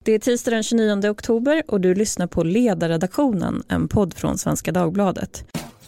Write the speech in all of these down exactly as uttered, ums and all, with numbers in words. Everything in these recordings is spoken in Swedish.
Det är tisdag den tjugonionde oktober och du lyssnar på Ledarredaktionen, en podd från Svenska Dagbladet.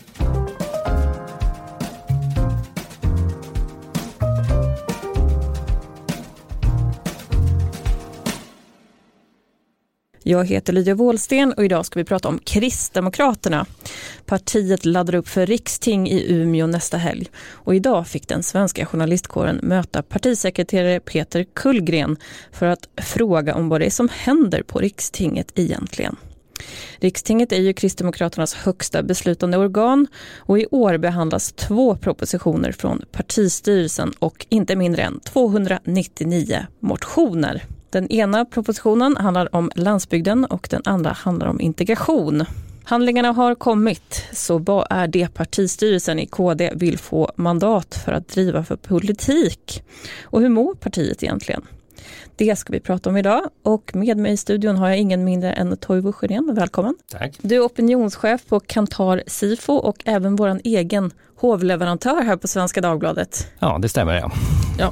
Jag heter Lydia Wåhlsten och idag ska vi prata om Kristdemokraterna. Partiet laddar upp för riksting i Umeå nästa helg. Och idag fick den svenska journalistkåren möta partisekreterare Peter Kullgren för att fråga om vad det är som händer på rikstinget egentligen. Rikstinget är ju Kristdemokraternas högsta beslutande organ och i år behandlas två propositioner från partistyrelsen och inte mindre än tvåhundranittionio motioner. Den ena propositionen handlar om landsbygden och den andra handlar om integration. Handlingarna har kommit, så vad är det partistyrelsen i K D vill få mandat för att driva för politik? Och hur mår partiet egentligen? Det ska vi prata om idag och med mig i studion har jag ingen mindre än Toivo Sjören. Välkommen. Tack. Du är opinionschef på Kantar Sifo och även våran egen hovleverantör här på Svenska Dagbladet. Ja, det stämmer ja. Ja.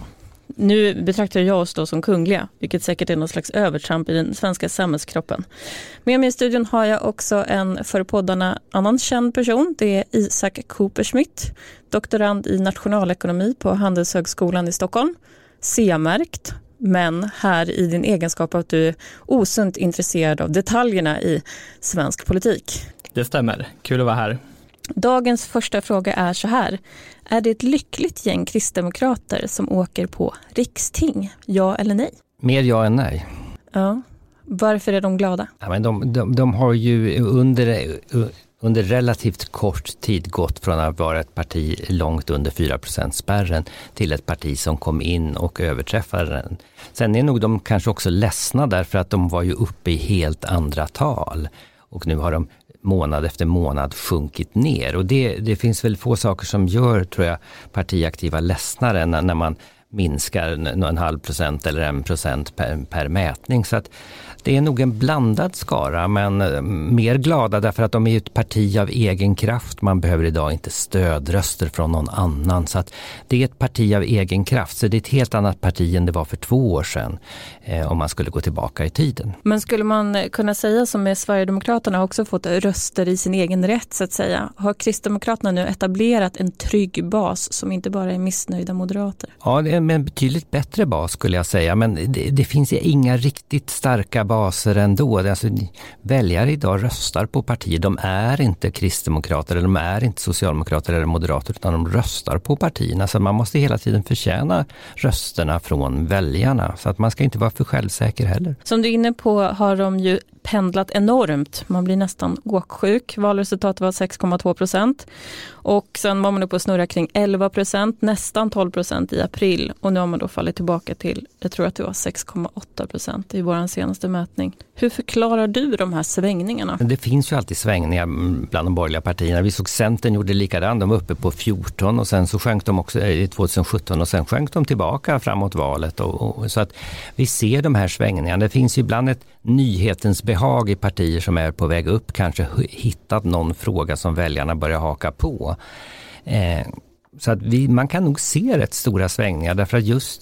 Nu betraktar jag oss då som kungliga, vilket säkert är någon slags övertramp i den svenska samhällskroppen. Med mig i studion har jag också en för poddarna annan känd person. Det är Isak Cooperschmidt, doktorand i nationalekonomi på Handelshögskolan i Stockholm. C-märkt, men här i din egenskap att du är osunt intresserad av detaljerna i svensk politik. Det stämmer, kul att vara här. Dagens första fråga är så här. Är det ett lyckligt gäng kristdemokrater som åker på riksting? Ja eller nej? Mer ja än nej. Ja. Varför är de glada? Ja, men de, de, de har ju under, under relativt kort tid gått från att vara ett parti långt under fyra procent spärren till ett parti som kom in och överträffade den. Sen är nog de kanske också ledsna därför att de var ju uppe i helt andra tal. Och nu har de månad efter månad sjunkit ner. Och det, det finns väl få saker som gör, tror jag, partiaktiva ledsnare när, när man minskar en halv procent eller en procent per, per mätning. Så att det är nog en blandad skara, men mer glada därför att de är ett parti av egen kraft. Man behöver idag inte stödröster från någon annan. Så att det är ett parti av egen kraft. Så det är ett helt annat parti än det var för två år sedan eh, om man skulle gå tillbaka i tiden. Men skulle man kunna säga som med Sverigedemokraterna också fått röster i sin egen rätt så att säga? Har Kristdemokraterna nu etablerat en trygg bas som inte bara är missnöjda moderater? Ja, det är en betydligt bättre bas skulle jag säga. Men det, det finns inga riktigt starka baser ändå. Alltså, väljare idag röstar på partier. De är inte kristdemokrater eller de är inte socialdemokrater eller moderater utan de röstar på partierna. Så man måste hela tiden förtjäna rösterna från väljarna. Så att man ska inte vara för självsäker heller. Som du är inne på har de ju pendlat enormt. Man blir nästan åksjuk. Valresultatet var sex komma två procent. Och sen var man uppe och snurra kring elva procent, nästan tolv procent i april. Och nu har man då fallit tillbaka till, jag tror att det var sex komma åtta procent i vår senaste mätning. Hur förklarar du de här svängningarna? Det finns ju alltid svängningar bland de borgerliga partierna. Vi såg Centern gjorde likadant. De var uppe på fjorton och sen så sjönk de också i tjugohundrasjutton och sen sjönk de tillbaka framåt valet. Och, och, så att vi ser de här svängningarna. Det finns ju ibland ett nyhetens behag i partier som är på väg upp. Kanske hittat någon fråga som väljarna börjar haka på. Eh, så att vi, man kan nog se rätt stora svängningar därför att just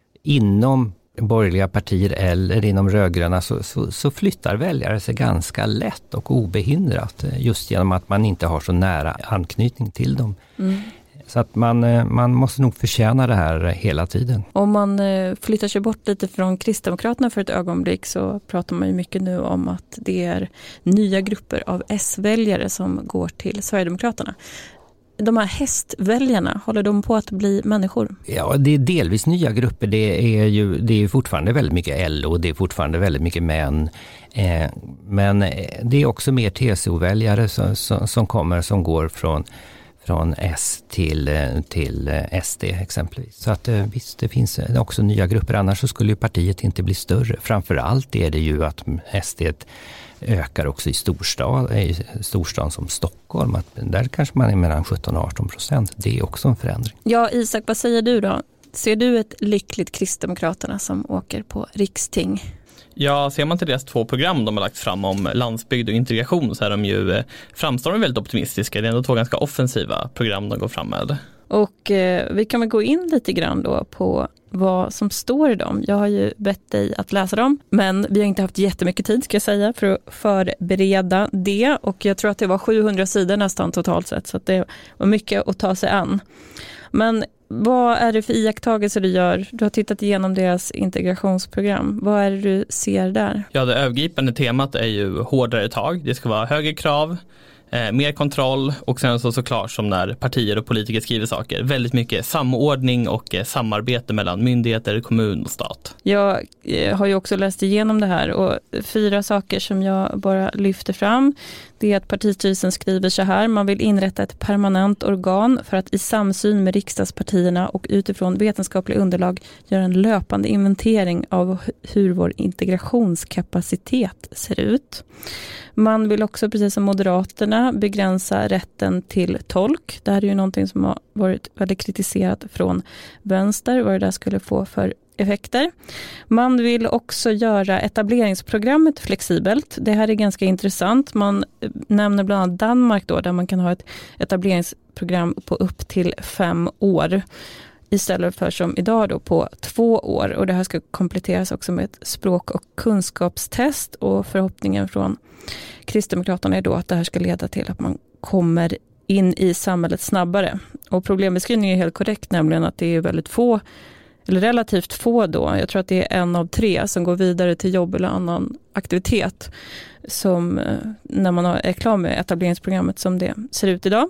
inom borgerliga partier eller inom rödgröna så, så, så flyttar väljare sig ganska lätt och obehindrat just genom att man inte har så nära anknytning till dem. Mm. Så att man, man måste nog förtjäna det här hela tiden. Om man flyttar sig bort lite från Kristdemokraterna för ett ögonblick så pratar man ju mycket nu om att det är nya grupper av S-väljare som går till Sverigedemokraterna. De här hästväljarna, håller de på att bli människor? Ja, det är delvis nya grupper. Det är ju det är fortfarande väldigt mycket L O, det är fortfarande väldigt mycket män. Eh, men det är också mer T C O-väljare som, som, som kommer, som går från, från S till, till S D exempelvis. Så att visst, det finns också nya grupper. Annars så skulle ju partiet inte bli större. Framförallt är det ju att S D ökar också i storstad, i storstan som Stockholm. Att där kanske man är mellan sjutton och arton procent. Det är också en förändring. Ja, Isak, vad säger du då? Ser du ett lyckligt Kristdemokraterna som åker på riksting? Ja, ser man till deras två program de har lagt fram om landsbygd och integration så är de ju, framstår de väldigt optimistiska. Det är ändå två ganska offensiva program de går fram med. Och eh, vi kan väl gå in lite grann då på vad som står i dem. Jag har ju bett dig att läsa dem, men vi har inte haft jättemycket tid ska jag säga för att förbereda det. Och jag tror att det var sjuhundra sidor nästan totalt sett, så att det var mycket att ta sig an. Men vad är det för iakttagelser du gör? Du har tittat igenom deras integrationsprogram. Vad är det du ser där? Ja, det övergripande temat är ju hårdare tag. Det ska vara högre krav, eh, mer kontroll och sen så såklart som när partier och politiker skriver saker. Väldigt mycket samordning och eh, samarbete mellan myndigheter, kommun och stat. Jag eh, har ju också läst igenom det här och fyra saker som jag bara lyfter fram. Det är att partistyrelsen skriver så här: man vill inrätta ett permanent organ för att i samsyn med riksdagspartierna och utifrån vetenskaplig underlag göra en löpande inventering av hur vår integrationskapacitet ser ut. Man vill också, precis som Moderaterna, begränsa rätten till tolk. Det här är ju någonting som har varit väldigt kritiserat från vänster, vad det där skulle få för effekter. Man vill också göra etableringsprogrammet flexibelt. Det här är ganska intressant. Man nämner bland annat Danmark då, där man kan ha ett etableringsprogram på upp till fem år istället för som idag då på två år. Och det här ska kompletteras också med ett språk- och kunskapstest, och förhoppningen från Kristdemokraterna är då att det här ska leda till att man kommer in i samhället snabbare. Och problembeskrivningen är helt korrekt, nämligen att det är väldigt få eller relativt få då, jag tror att det är en av tre som går vidare till jobb eller annan aktivitet som när man är klar med etableringsprogrammet som det ser ut idag.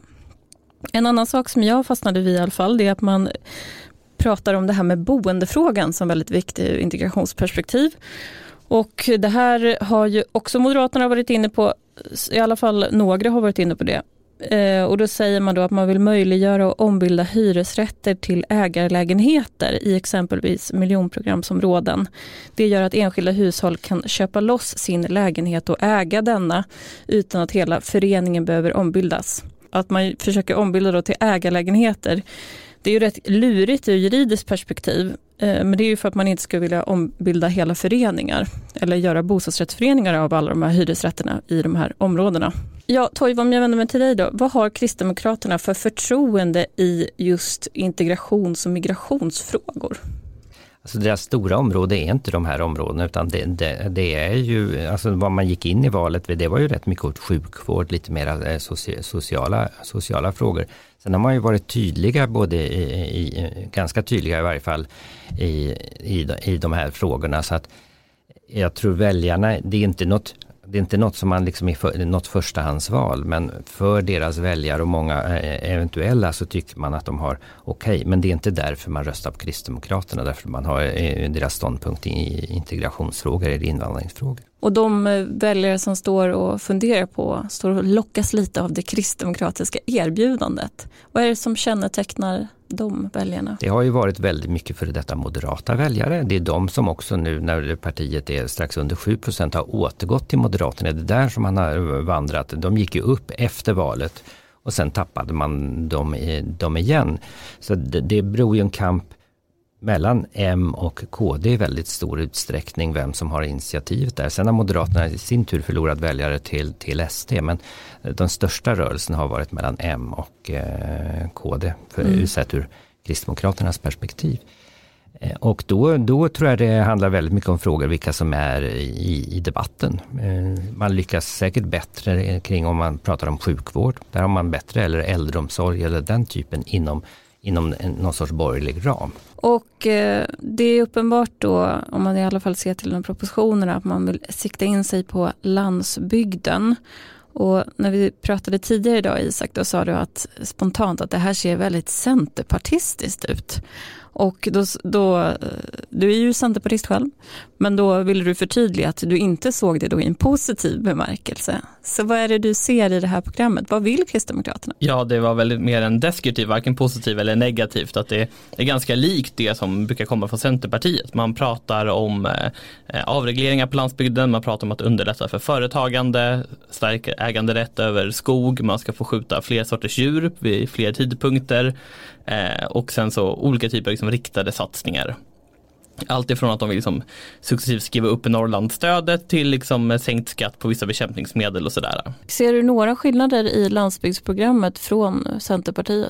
En annan sak som jag fastnade vid i alla fall, det är att man pratar om det här med boendefrågan som väldigt viktig ur integrationsperspektiv. Och det här har ju också Moderaterna varit inne på, i alla fall några har varit inne på det. Eh, och då säger man då att man vill möjliggöra och ombilda hyresrätter till ägarlägenheter i exempelvis miljonprogramsområden. Det gör att enskilda hushåll kan köpa loss sin lägenhet och äga denna utan att hela föreningen behöver ombildas. Att man försöker ombilda då till ägarlägenheter, det är ju rätt lurigt ur juridiskt perspektiv. Men det är ju för att man inte ska vilja ombilda hela föreningar eller göra bostadsrättsföreningar av alla de här hyresrätterna i de här områdena. Ja, Toivo, om jag vänder mig till dig då. Vad har Kristdemokraterna för förtroende i just integrations- och migrationsfrågor? Alltså deras stora område är inte de här områdena, utan det, det, det är ju, alltså vad man gick in i valet vid, det var ju rätt mycket åt sjukvård, lite mer sociala, sociala frågor. Sen har man ju varit tydliga, både i, i, ganska tydliga i varje fall, i, i, i de här frågorna. Så att jag tror väljarna, det är inte något, det är inte något som man liksom är för, något förstahandsval, men för deras väljare och många eventuella så tycker man att de har okej, okay, men det är inte därför man röstar på Kristdemokraterna, därför man har deras ståndpunkt i integrationsfrågor eller invandringsfrågor. Och de väljare som står och funderar på, står och lockas lite av det kristdemokratiska erbjudandet. Vad är det som kännetecknar de väljarna? Det har ju varit väldigt mycket för detta moderata väljare. Det är de som också nu när partiet är strax under sju procent har återgått till Moderaterna. Det är där som man har vandrat. De gick ju upp efter valet och sen tappade man dem, dem igen. Så det, det beror ju en kamp mellan M och K D i väldigt stor utsträckning vem som har initiativet där. Sen har Moderaterna i sin tur förlorat väljare till, till S D, men den största rörelsen har varit mellan M och eh, K D för mm. sett ur Kristdemokraternas perspektiv. Eh, och då, då tror jag det handlar väldigt mycket om frågor vilka som är i, i debatten. Eh, man lyckas säkert bättre kring om man pratar om sjukvård. Där har man bättre, eller äldreomsorg eller den typen inom inom en, någon sorts borgerlig ram. Och eh, det är uppenbart då, om man i alla fall ser till de propositionerna, att man vill sikta in sig på landsbygden. Och när vi pratade tidigare idag, Isak, då sa du att spontant att det här ser väldigt centerpartistiskt ut. Och då, då, du är ju centerpartist själv, men då ville du förtydliga att du inte såg det då i en positiv bemärkelse. Så vad är det du ser i det här programmet? Vad vill Kristdemokraterna? Ja, det var väldigt mer en deskriptiv, varken positiv eller negativt. Att det är ganska likt det som brukar komma från Centerpartiet. Man pratar om eh, avregleringar på landsbygden, man pratar om att underlätta för företagande, stärka äganderätt över skog, man ska få skjuta fler sorters djur vid fler tidpunkter eh, och sen så olika typer av liksom riktade satsningar. Allt ifrån att de vill liksom successivt skriva upp Norrlandsstödet till liksom sänkt skatt på vissa bekämpningsmedel och sådär. Ser du några skillnader i landsbygdsprogrammet från Centerpartiet?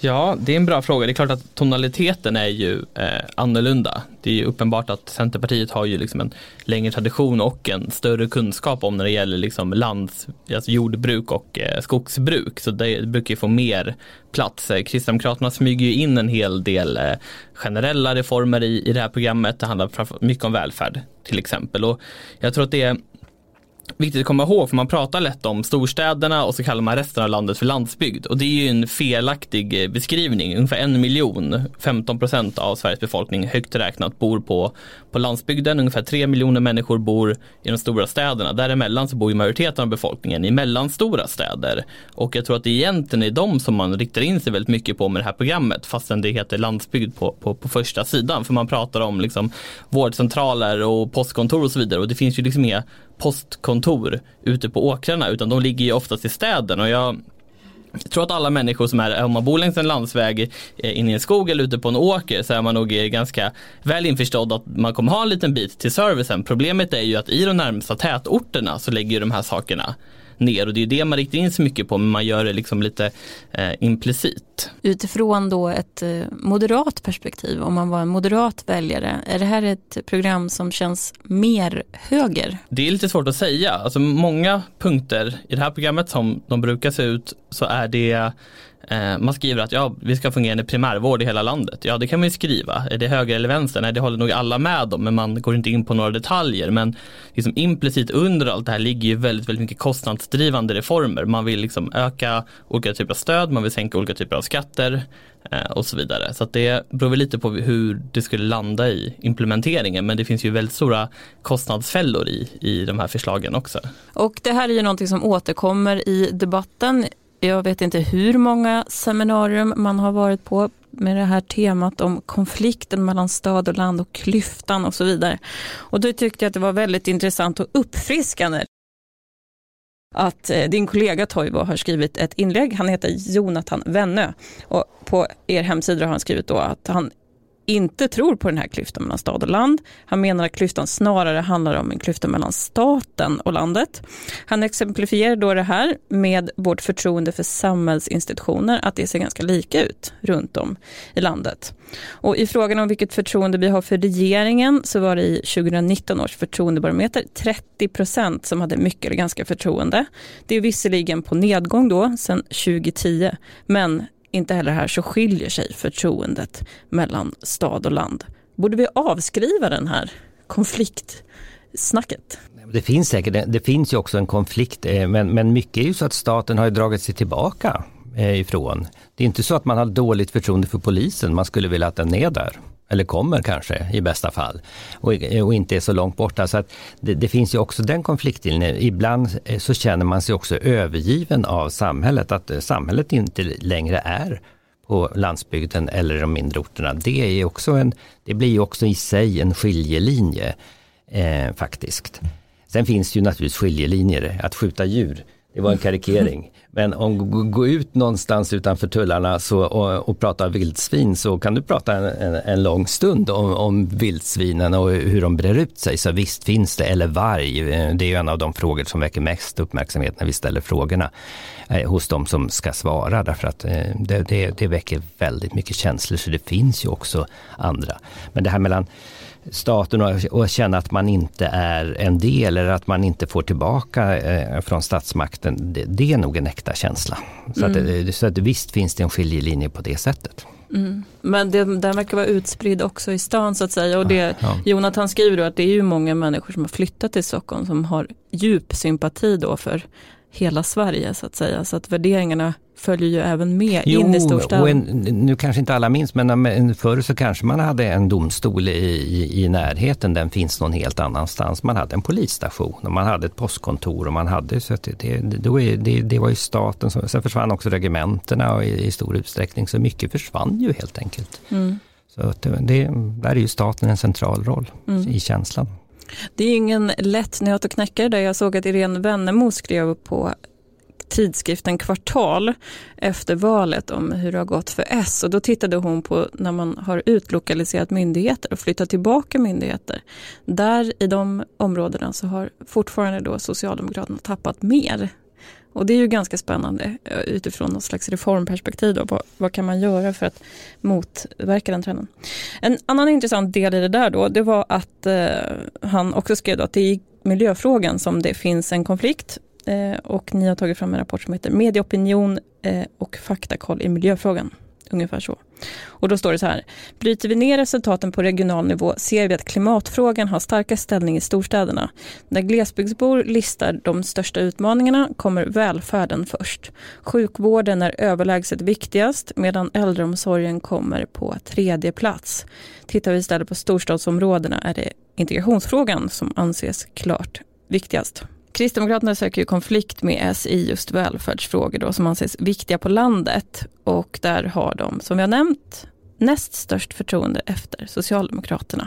Ja, det är en bra fråga. Det är klart att tonaliteten är ju eh, annorlunda. Det är ju uppenbart att Centerpartiet har ju liksom en längre tradition och en större kunskap om när det gäller liksom lands, alltså jordbruk och eh, skogsbruk. Så det brukar ju få mer plats. Kristdemokraterna smyger ju in en hel del eh, generella reformer i, i det här programmet. Det handlar mycket om välfärd till exempel. Och jag tror att det är viktigt att komma ihåg, för man pratar lätt om storstäderna och så kallar man resten av landet för landsbygd. Och det är ju en felaktig beskrivning. Ungefär en miljon, femton procent av Sveriges befolkning högt räknat bor på, på landsbygden. Ungefär tre miljoner människor bor i de stora städerna. Däremellan så bor ju majoriteten av befolkningen i mellanstora städer. Och jag tror att det egentligen är de som man riktar in sig väldigt mycket på med det här programmet, fastän det heter landsbygd på, på, på första sidan. För man pratar om liksom vårdcentraler och postkontor och så vidare. Och det finns ju liksom inga postkontor ute på åkrarna, utan de ligger ju oftast i städen. Och jag tror att alla människor som är, om man bor längs en landsväg in i en skog eller ute på en åker, så är man nog ganska väl införstådd att man kommer ha en liten bit till servicen. Problemet är ju att i de närmsta tätorterna så lägger ju de här sakerna ner, och det är det man riktar in sig mycket på, men man gör det liksom lite eh, implicit. Utifrån då ett eh, moderat perspektiv, om man var en moderat väljare, är det här ett program som känns mer höger? Det är lite svårt att säga. Alltså många punkter i det här programmet som de brukar se ut, så är det man skriver att ja, vi ska fungera i primärvård i hela landet. Ja, det kan man ju skriva. Är det höger eller vänster? Nej, det håller nog alla med om, men man går inte in på några detaljer. Men liksom implicit under allt det här ligger ju väldigt, väldigt mycket kostnadsdrivande reformer. Man vill liksom öka olika typer av stöd, man vill sänka olika typer av skatter eh, och så vidare. Så att det beror väl lite på hur det skulle landa i implementeringen, men det finns ju väldigt stora kostnadsfällor i, i de här förslagen också. Och det här är ju någonting som återkommer i debatten. Jag vet inte hur många seminarium man har varit på med det här temat om konflikten mellan stad och land och klyftan och så vidare. Och då tyckte jag att det var väldigt intressant och uppfriskande att eh, din kollega Toivo har skrivit ett inlägg. Han heter Jonathan Wennö, och på er hemsida har han skrivit då att han inte tror på den här klyftan mellan stad och land. Han menar att klyftan snarare handlar om en klyfta mellan staten och landet. Han exemplifierar då det här med vårt förtroende för samhällsinstitutioner, att det ser ganska lika ut runt om i landet. Och i frågan om vilket förtroende vi har för regeringen, så var det i tjugonitton års förtroendebarometer trettio procent som hade mycket eller ganska förtroende. Det är visserligen på nedgång då sedan tjugohundratio, men inte heller här så skiljer sig förtroendet mellan stad och land. Borde vi avskriva den här konfliktsnacket? Det finns säkert, det finns ju också en konflikt, men, men mycket är ju så att staten har dragit sig tillbaka ifrån. Det är inte så att man har dåligt förtroende för polisen, man skulle vilja att den är där. Eller kommer kanske i bästa fall. Och, och inte är så långt borta. Så att det, det finns ju också den konflikten. Ibland så känner man sig också övergiven av samhället. Att samhället inte längre är på landsbygden eller de mindre orterna. Det, är också en, det blir ju också i sig en skiljelinje eh, faktiskt. Sen finns det ju naturligtvis skiljelinjer. Att skjuta djur, det var en karikering. Men om du går ut någonstans utanför tullarna så, och, och pratar vildsvin, så kan du prata en, en, en lång stund om, om vildsvinen och hur de brer ut sig. Så visst finns det, eller varg. Det är ju en av de frågor som väcker mest uppmärksamhet när vi ställer frågorna eh, hos de som ska svara. Därför att eh, det, det, det väcker väldigt mycket känslor, så det finns ju också andra. Men det här mellan staten och, och känna att man inte är en del eller att man inte får tillbaka eh, från statsmakten, det, det är nog en äkta känsla. Så, mm. att, så att visst finns det en skiljelinje på det sättet. Mm. Men det, den verkar vara utspridd också i stan så att säga. Och det, ja. Jonathan skriver då att det är ju många människor som har flyttat till Stockholm som har djup sympati då för hela Sverige så att säga. Så att värderingarna följer ju även med jo, in i storstaden. Och en, nu kanske inte alla minns, men förr så kanske man hade en domstol i, i, i närheten. Den finns någon helt annanstans. Man hade en polisstation och man hade ett postkontor och man hade så att det, det, det, det, det var ju staten. Som, sen försvann också regementerna och i, i stor utsträckning, så mycket försvann ju helt enkelt. Mm. Så att det, det, där är ju staten en central roll mm. i känslan. Det är ingen lätt nöt att knäcka där. Jag såg att Irene Wennemo skrev på tidskriften Kvartal efter valet om hur det har gått för S. Och då tittade hon på när man har utlokaliserat myndigheter och flyttat tillbaka myndigheter. Där i de områdena så har fortfarande då Socialdemokraterna tappat mer. Och det är ju ganska spännande utifrån något slags reformperspektiv. Då. Vad, vad kan man göra för att motverka den trenden? En annan intressant del i det där då, det var att eh, han också skrev då att det är i miljöfrågan som det finns en konflikt. Eh, och ni har tagit fram en rapport som heter Medieopinion eh, och faktakoll i miljöfrågan. Ungefär så. Och då står det så här: bryter vi ner resultaten på regional nivå ser vi att klimatfrågan har starka ställning i storstäderna. När glesbygdsbor listar de största utmaningarna kommer välfärden först. Sjukvården är överlägset viktigast medan äldreomsorgen kommer på tredje plats. Tittar vi istället på storstadsområdena är det integrationsfrågan som anses klart viktigast. Kristdemokraterna söker ju konflikt med S i just välfärdsfrågor då, som anses viktiga på landet. Och där har de, som jag nämnt, näst störst förtroende efter Socialdemokraterna.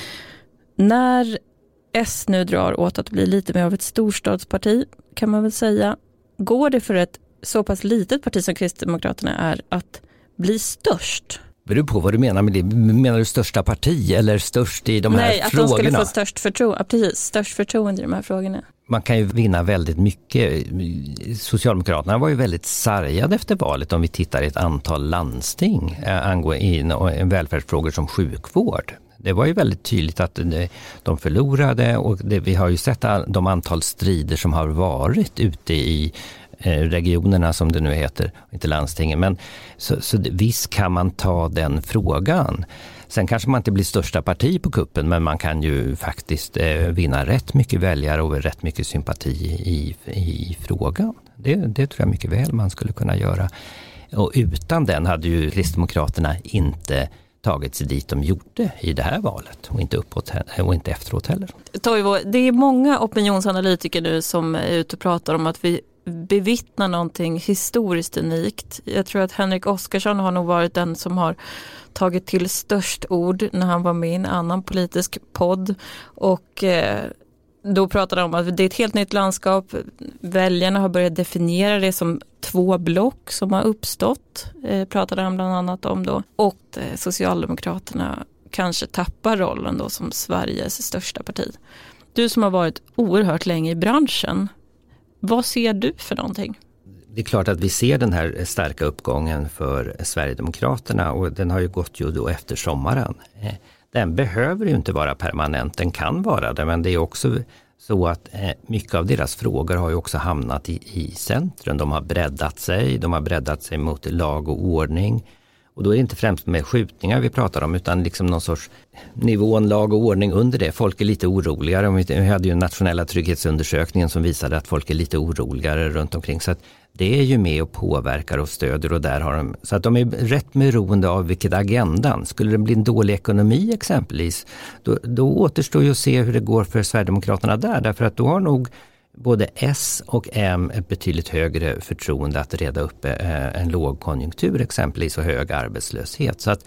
När S nu drar åt att bli lite mer av ett storstadsparti, kan man väl säga, går det för ett så pass litet parti som Kristdemokraterna är att bli störst? Beror på vad du menar med det. Menar du största parti eller störst i de här Nej, frågorna? Nej, att de skulle få störst förtroende, precis, störst förtroende i de här frågorna. Man kan ju vinna väldigt mycket. Socialdemokraterna var ju väldigt sargade efter valet om vi tittar i ett antal landsting angående välfärdsfrågor som sjukvård. Det var ju väldigt tydligt att de förlorade och det, vi har ju sett de antal strider som har varit ute i regionerna som det nu heter, inte landstingen. Men så, så visst kan man ta den frågan. Sen kanske man inte blir största parti på kuppen, men man kan ju faktiskt eh, vinna rätt mycket väljare och rätt mycket sympati i, i, i frågan. Det, det tror jag mycket väl man skulle kunna göra. Och utan den hade ju Kristdemokraterna inte tagit sig dit de gjorde i det här valet och inte uppåt och inte efteråt heller. Toivo, det är många opinionsanalytiker nu som är ute och pratar om att vi bevittnar någonting historiskt unikt. Jag tror att Henrik Oskarsson har nog varit den som har tagit till störst ord när han var med i en annan politisk podd. Och eh, då pratade de om att det är ett helt nytt landskap. Väljarna har börjat definiera det som två block som har uppstått. Eh, pratade han bland annat om då. Och eh, Socialdemokraterna kanske tappar rollen då som Sveriges största parti. Du som har varit oerhört länge i branschen, vad ser du för någonting? Det är klart att vi ser den här starka uppgången för Sverigedemokraterna och den har ju gått ju då efter sommaren. Den behöver ju inte vara permanent, den kan vara det, men det är också så att mycket av deras frågor har ju också hamnat i, i centrum. De har breddat sig, de har breddat sig mot lag och ordning. Och då är det inte främst med skjutningar vi pratar om utan liksom någon sorts nivån, lag och ordning under det. Folk är lite oroligare. Vi hade ju en nationella trygghetsundersökningen som visade att folk är lite oroligare runt omkring. Så att det är ju med och påverkar och stöder och där har de, så att de är rätt beroende av vilket agendan. Skulle det bli en dålig ekonomi exempelvis, då, då återstår ju att se hur det går för Sverigedemokraterna där. Därför att då har nog både S och M ett betydligt högre förtroende att reda upp en lågkonjunktur exempelvis och hög arbetslöshet. Så att,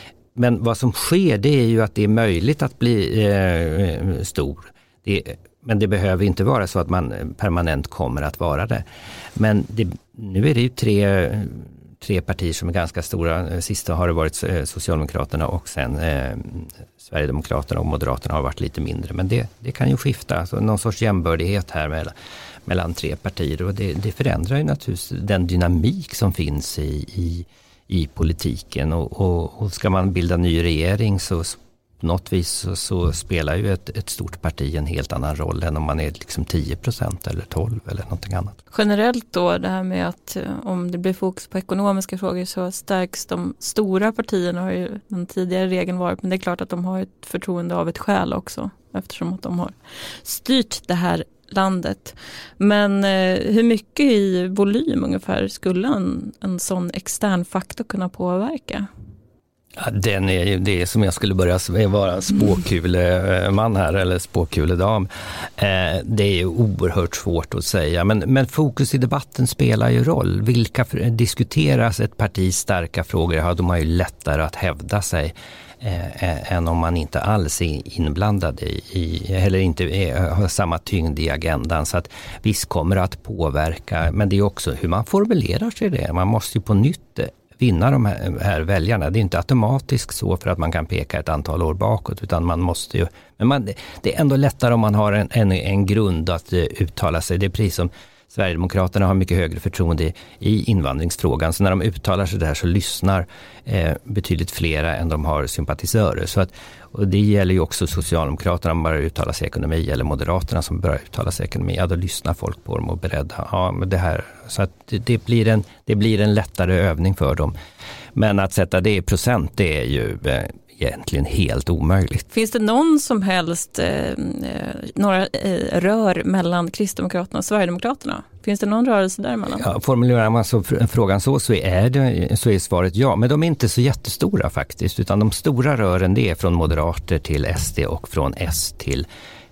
men vad som sker det är ju att det är möjligt att bli eh, stor. Det, men det behöver inte vara så att man permanent kommer att vara det. Men det, nu är det ju tre, tre partier som är ganska stora. Sista har det varit Socialdemokraterna och sen eh, Sverigedemokraterna och Moderaterna har varit lite mindre. Men det, det kan ju skifta. Alltså någon sorts jämbördighet här mellan, mellan tre partier. Och det, det förändrar ju naturligtvis den dynamik som finns i, i, i politiken. Och, och, och ska man bilda ny regering så på något vis så, så spelar ju ett, ett stort parti en helt annan roll än om man är liksom tio procent eller tolv eller någonting annat. Generellt då det här med att om det blir fokus på ekonomiska frågor så stärks de stora partierna, har ju den tidigare regeln varit, men det är klart att de har ett förtroende av ett skäl också eftersom att de har styrt det här landet. Men eh, hur mycket i volym ungefär skulle en, en sån extern faktor kunna påverka? Ja, den är ju det som jag skulle börja vara spåkuleman här eller spåkuledam. Eh, det är ju oerhört svårt att säga. Men, men fokus i debatten spelar ju roll. Vilka diskuteras ett partis starka frågor? Ja, de har ju lättare att hävda sig eh, än om man inte alls är inblandad i, i eller inte är, har samma tyngd i agendan. Så att visst kommer det att påverka. Men det är också hur man formulerar sig det. Man måste ju på nytt vinna de här, här väljarna. Det är inte automatiskt så för att man kan peka ett antal år bakåt utan man måste ju, men man, det är ändå lättare om man har en, en, en grund att uh, uttala sig. Det är precis som Sverigedemokraterna har mycket högre förtroende i invandringsfrågan. Så när de uttalar sig där så lyssnar eh, betydligt flera än de har sympatisörer. Så att, och det gäller ju också Socialdemokraterna som bara uttalar sig i ekonomi eller Moderaterna som börjar uttala sig i ekonomi. Ja, då lyssnar folk på dem och är beredda. Ja, men det här, så att det, det, blir en, det blir en lättare övning för dem. Men att sätta det i procent, det är ju eh, egentligen helt omöjligt. Finns det någon som helst eh, några eh, rör mellan Kristdemokraterna och Sverigedemokraterna? Finns det någon rörelse däremellan? Ja, formulerar man så frågan så så är, det, så är svaret ja. Men de är inte så jättestora faktiskt. Utan de stora rören det är från Moderater till S D och från S till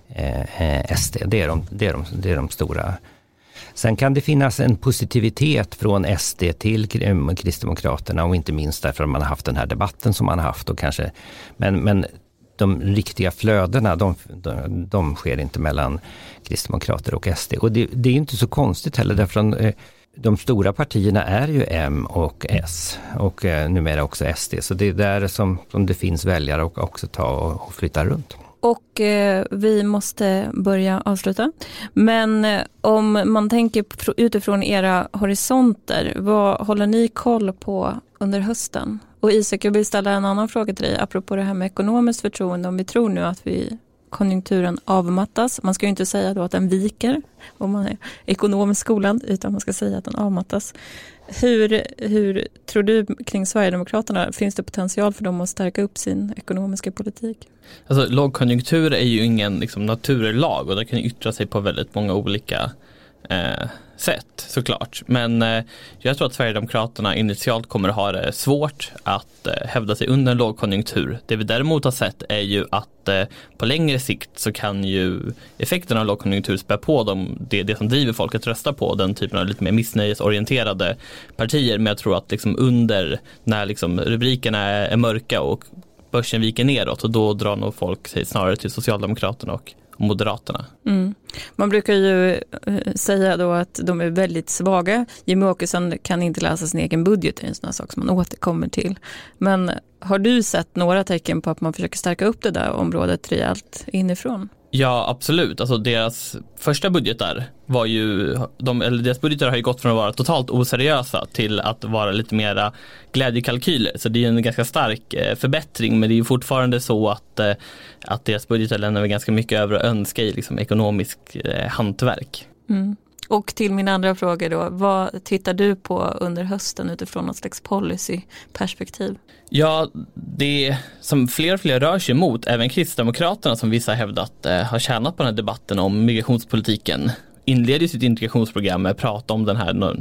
eh, S D. Det är, de, det, är de, det är de stora. Sen kan det finnas en positivitet från S D till Kristdemokraterna och inte minst därför att man har haft den här debatten som man har haft. Och kanske, men, men de riktiga flödena de, de, de sker inte mellan Kristdemokrater och S D. Och det, det är inte så konstigt heller därför att de stora partierna är ju M och S och numera också S D. Så det är där som, som det finns väljare och också ta och, och flytta runt. Och eh, vi måste börja avsluta. Men eh, om man tänker utifrån era horisonter, vad håller ni koll på under hösten? Och Isak, jag vill ställa en annan fråga till dig apropå det här med ekonomiskt förtroende. Om vi tror nu att vi, konjunkturen avmattas. Man ska ju inte säga då att den viker om man är ekonomisk skolan, utan man ska säga att den avmattas. Hur, hur tror du kring Sverigedemokraterna? Finns det potential för dem att stärka upp sin ekonomiska politik? Alltså, lågkonjunktur är ju ingen liksom, naturlag och det kan yttra sig på väldigt många olika eh, sätt såklart. Men eh, jag tror att Sverigedemokraterna initialt kommer att ha det svårt att eh, hävda sig under en lågkonjunktur. Det vi däremot har sett är ju att eh, på längre sikt så kan ju effekterna av lågkonjunktur spä på dem, det, det som driver folk att rösta på den typen av lite mer missnöjesorienterade partier. Men jag tror att liksom under när liksom rubrikerna är, är mörka och börsen viker neråt och då drar nog folk sig snarare till Socialdemokraterna och Moderaterna. Mm. Man brukar ju uh, säga då att de är väldigt svaga. Jimmie Åkesson kan inte läsa sin egen budget, det är en sån här sak som man återkommer till. Men har du sett några tecken på att man försöker stärka upp det där området rejält inifrån? Ja, absolut. Alltså deras första budgetar var ju, de, eller deras budgetar har ju gått från att vara totalt oseriösa till att vara lite mera glädjekalkyler. Så det är en ganska stark eh, förbättring, men det är ju fortfarande så att, eh, att deras budgetar lämnar ganska mycket över att önska i liksom, ekonomisk eh, hantverk. Mm. Och till min andra fråga då, vad tittar du på under hösten utifrån något slags policyperspektiv? Ja, det som fler och fler rör sig mot, även Kristdemokraterna som vissa hävdat eh, har tjänat på den här debatten om migrationspolitiken, inleder sitt integrationsprogram med att prata om den här no,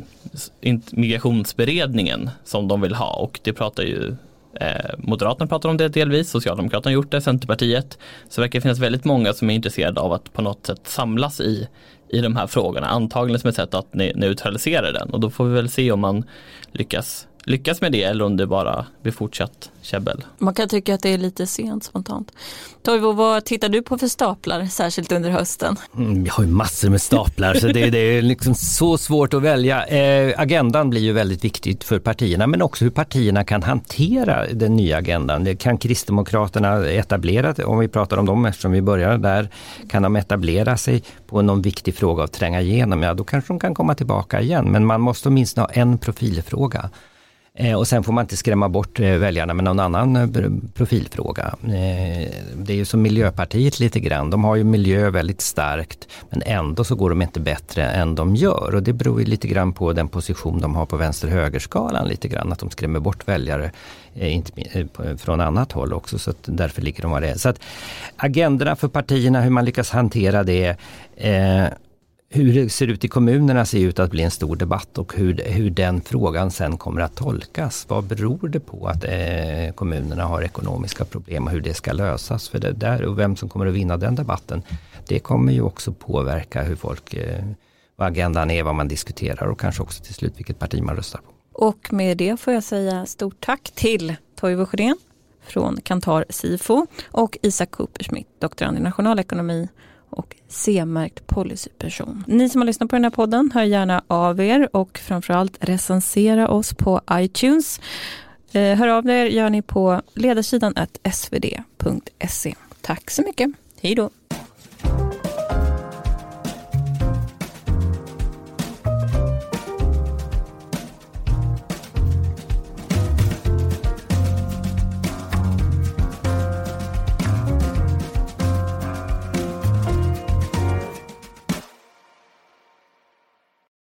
migrationsberedningen som de vill ha, och det pratar ju eh, Moderaterna pratar om det delvis, Socialdemokraterna har gjort det, Centerpartiet, så det verkar finnas väldigt många som är intresserade av att på något sätt samlas i i de här frågorna, antagligen som ett sätt att ne- neutralisera den, och då får vi väl se om man lyckas lyckas med det eller om det bara blir fortsatt käbbel. Man kan tycka att det är lite sent spontant. Toivo, vad tittar du på för staplar, särskilt under hösten? Mm, jag har ju massor med staplar så det, det är liksom så svårt att välja. Eh, agendan blir ju väldigt viktigt för partierna, men också hur partierna kan hantera den nya agendan. Det kan Kristdemokraterna etablera, om vi pratar om dem eftersom vi börjar där, kan de etablera sig på någon viktig fråga och tränga igenom, ja då kanske de kan komma tillbaka igen. Men man måste åtminstone ha en profilfråga. Eh, och sen får man inte skrämma bort eh, väljarna med någon annan eh, profilfråga. Eh, det är ju som Miljöpartiet lite grann. De har ju miljö väldigt starkt, men ändå så går de inte bättre än de gör. Och det beror ju lite grann på den position de har på vänster-högerskalan lite grann. Att de skrämmer bort väljare eh, inte, eh, från annat håll också. Så att därför ligger de var det. Så att agenderna för partierna, hur man lyckas hantera det... Eh, Hur det ser ut i kommunerna ser ut att bli en stor debatt, och hur, hur den frågan sen kommer att tolkas. Vad beror det på att eh, kommunerna har ekonomiska problem och hur det ska lösas? För det där, och vem som kommer att vinna den debatten, det kommer ju också påverka hur folk, eh, vad agendan är, vad man diskuterar och kanske också till slut vilket parti man röstar på. Och med det får jag säga stort tack till Toivo Sjödén från Kantar Sifo och Isak Coopersmith, doktorand i nationalekonomi och C-märkt policyperson. Ni som har lyssnat på den här podden, hör gärna av er och framförallt recensera oss på iTunes. Hör av er gör ni på ledarsidan at s v d punkt se. Tack så mycket. Hej då!